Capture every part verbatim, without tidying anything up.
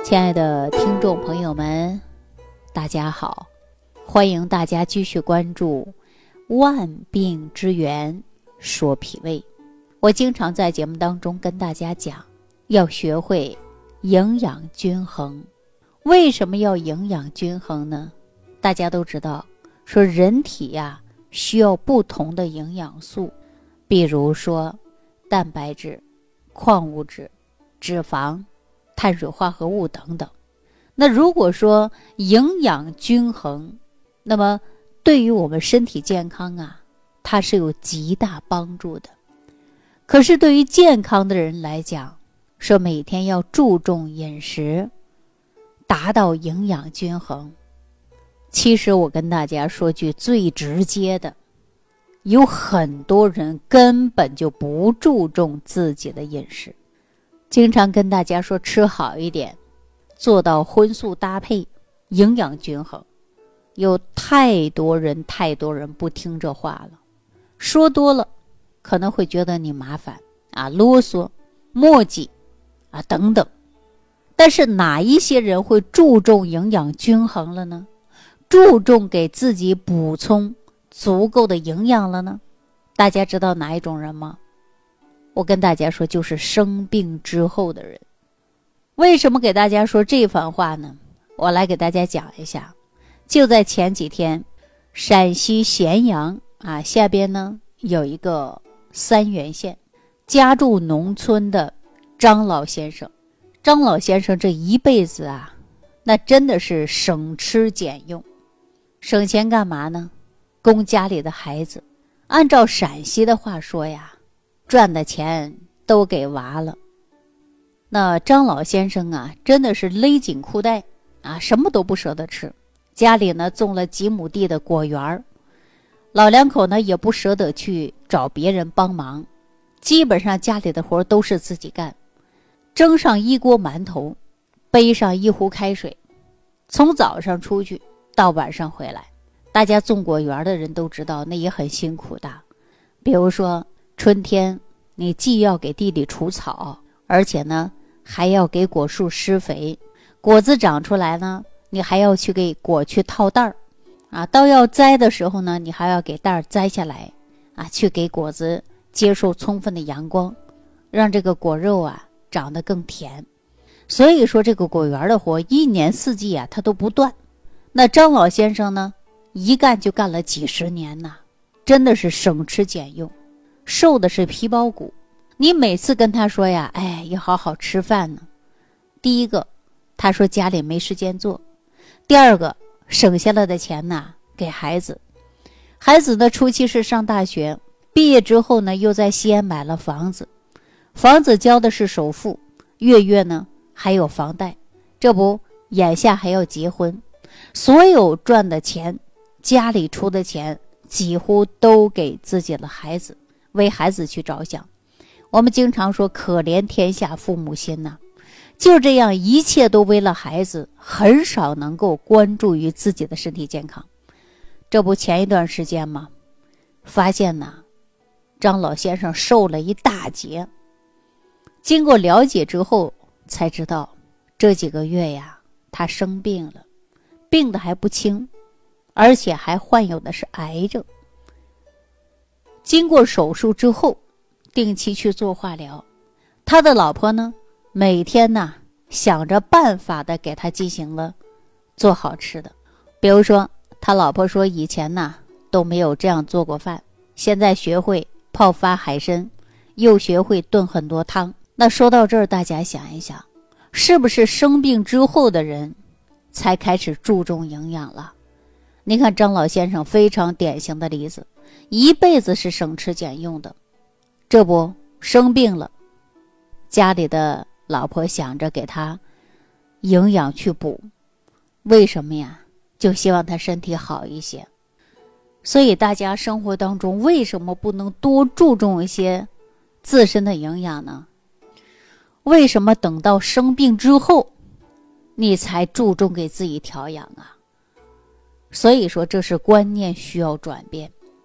亲爱的听众朋友们，大家好，欢迎大家继续关注万病之源说脾胃。我经常在节目当中跟大家讲，要学会营养均衡。为什么要营养均衡呢？大家都知道，说人体呀、需要不同的营养素，比如说蛋白质、矿物质、脂肪、碳水化合物等等。那如果说营养均衡，那么对于我们身体健康啊，它是有极大帮助的。可是对于健康的人来讲，说每天要注重饮食，达到营养均衡。其实我跟大家说句最直接的，有很多人根本就不注重自己的饮食。经常跟大家说吃好一点，做到荤素搭配，营养均衡。有太多人太多人不听这话了，说多了可能会觉得你麻烦啊、啰嗦、磨叽啊等等。但是哪一些人会注重营养均衡了呢？注重给自己补充足够的营养了呢？大家知道哪一种人吗？我跟大家说，就是生病之后的人。为什么给大家说这番话呢？我来给大家讲一下。就在前几天，陕西咸阳啊下边呢有一个三原县家住农村的张老先生。张老先生这一辈子啊，那真的是省吃俭用。省钱干嘛呢？供家里的孩子。按照陕西的话说呀，赚的钱都给娃了。那张老先生啊，真的是勒紧裤带啊，什么都不舍得吃。家里呢种了几亩地的果园，老两口呢也不舍得去找别人帮忙，基本上家里的活都是自己干。蒸上一锅馒头，背上一壶开水，从早上出去到晚上回来。大家种果园的人都知道，那也很辛苦的。比如说春天，你既要给地里除草，而且呢还要给果树施肥，果子长出来呢，你还要去给果去套袋儿啊。到要摘的时候呢，你还要给袋儿摘下来啊，去给果子接受充分的阳光，让这个果肉啊长得更甜。所以说这个果园的活一年四季啊它都不断。那张老先生呢，一干就干了几十年呐，真的是省吃俭用，瘦的是皮包骨。你每次跟他说呀，哎，要好好吃饭呢，第一个他说家里没时间做，第二个省下来的钱呐给孩子。孩子呢初期是上大学，毕业之后呢又在西安买了房子，房子交的是首付，月月呢还有房贷，这不眼下还要结婚，所有赚的钱，家里出的钱几乎都给自己的孩子，为孩子去着想。我们经常说可怜天下父母心呐、啊，就这样一切都为了孩子，很少能够关注于自己的身体健康。这不前一段时间吗，发现呐，张老先生瘦了一大截。经过了解之后才知道，这几个月呀他生病了，病得还不轻，而且还患有的是癌症。经过手术之后，定期去做化疗。他的老婆呢，每天呢想着办法的给他进行了做好吃的。比如说他老婆说以前呢都没有这样做过饭，现在学会泡发海参，又学会炖很多汤。那说到这儿，大家想一想，是不是生病之后的人才开始注重营养了？你看张老先生非常典型的例子，一辈子是省吃俭用的，这不生病了，家里的老婆想着给他营养去补，为什么呀？就希望他身体好一些。所以大家生活当中为什么不能多注重一些自身的营养呢？为什么等到生病之后你才注重给自己调养啊？所以说这是观念需要转变。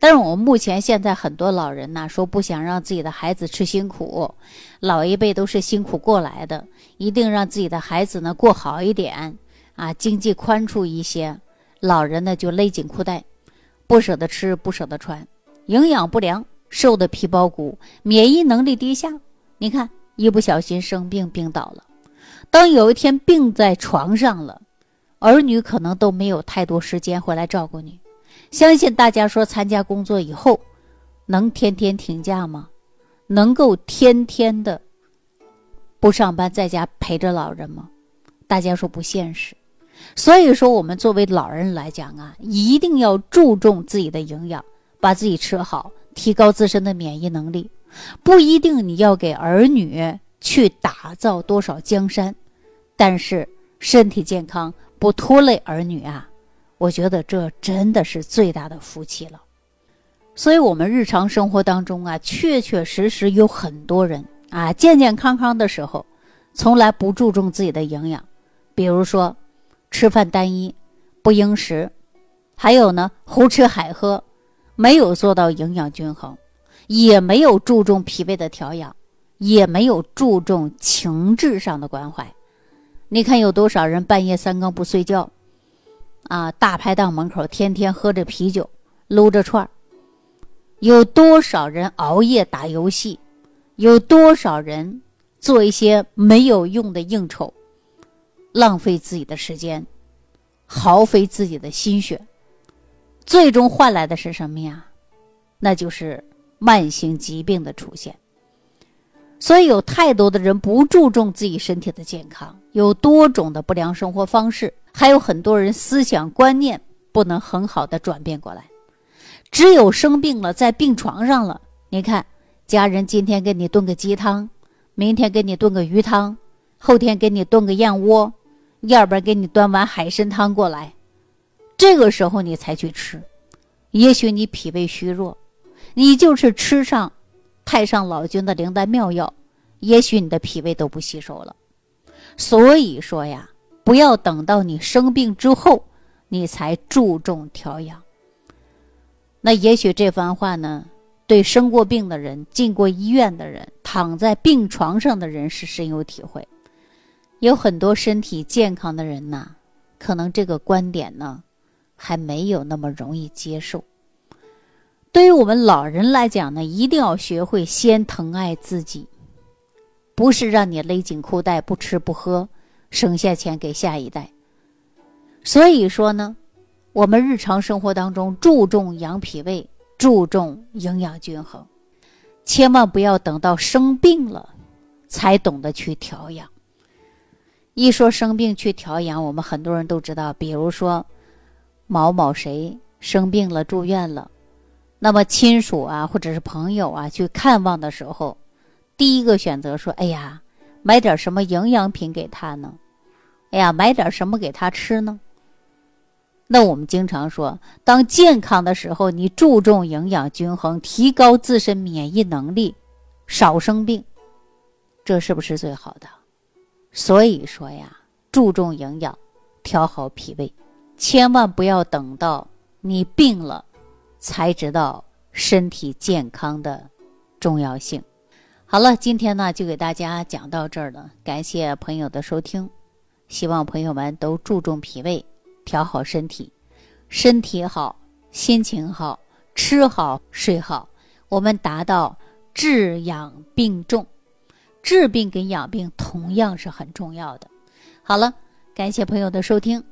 但是我们目前现在很多老人呢，说不想让自己的孩子吃辛苦，老一辈都是辛苦过来的，一定让自己的孩子呢过好一点啊，经济宽处一些，老人呢就勒紧裤带，不舍得吃，不舍得穿，营养不良，瘦的皮包骨，免疫能力低下，你看一不小心生病病倒了，当有一天病在床上了，儿女可能都没有太多时间回来照顾你。相信大家说参加工作以后能天天请假吗？能够天天的不上班在家陪着老人吗？大家说不现实。所以说我们作为老人来讲啊，一定要注重自己的营养，把自己吃好，提高自身的免疫能力。不一定你要给儿女去打造多少江山，但是身体健康不拖累儿女啊，我觉得这真的是最大的福气了。所以我们日常生活当中啊，确确实实有很多人啊，健健康康的时候从来不注重自己的营养，比如说吃饭单一，不应食，还有呢胡吃海喝，没有做到营养均衡，也没有注重脾胃的调养，也没有注重情志上的关怀。你看有多少人半夜三更不睡觉啊，大排档门口天天喝着啤酒，撸着串，有多少人熬夜打游戏，有多少人做一些没有用的应酬，浪费自己的时间，耗费自己的心血，最终换来的是什么呀？那就是慢性疾病的出现。所以有太多的人不注重自己身体的健康，有多种的不良生活方式，还有很多人思想观念不能很好的转变过来，只有生病了，在病床上了，你看家人今天给你炖个鸡汤，明天给你炖个鱼汤，后天给你炖个燕窝，要不然给你端碗海参汤过来，这个时候你才去吃，也许你脾胃虚弱，你就是吃上太上老君的灵丹妙药，也许你的脾胃都不吸收了。所以说呀，不要等到你生病之后你才注重调养。那也许这番话呢，对生过病的人，进过医院的人，躺在病床上的人是深有体会。有很多身体健康的人呐，可能这个观点呢还没有那么容易接受。对于我们老人来讲呢，一定要学会先疼爱自己，不是让你勒紧裤带不吃不喝，省下钱给下一代。所以说呢，我们日常生活当中注重养脾胃，注重营养均衡，千万不要等到生病了才懂得去调养。一说生病去调养，我们很多人都知道，比如说某某谁生病了住院了，那么亲属啊或者是朋友啊去看望的时候，第一个选择说，哎呀，买点什么营养品给他呢？哎呀，买点什么给他吃呢？那我们经常说，当健康的时候，你注重营养均衡，提高自身免疫能力，少生病，这是不是最好的？所以说呀，注重营养，调好脾胃，千万不要等到你病了才知道身体健康的重要性。好了，今天呢就给大家讲到这儿了，感谢朋友的收听，希望朋友们都注重脾胃，调好身体，身体好，心情好，吃好睡好，我们达到治养并重。治病跟养病同样是很重要的。好了，感谢朋友的收听。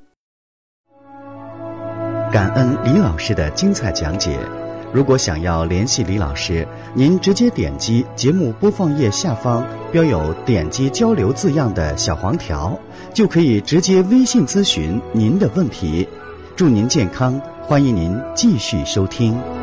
感恩李老师的精彩讲解。如果想要联系李老师，您直接点击节目播放页下方标有点击交流字样的小黄条，就可以直接微信咨询您的问题。祝您健康，欢迎您继续收听。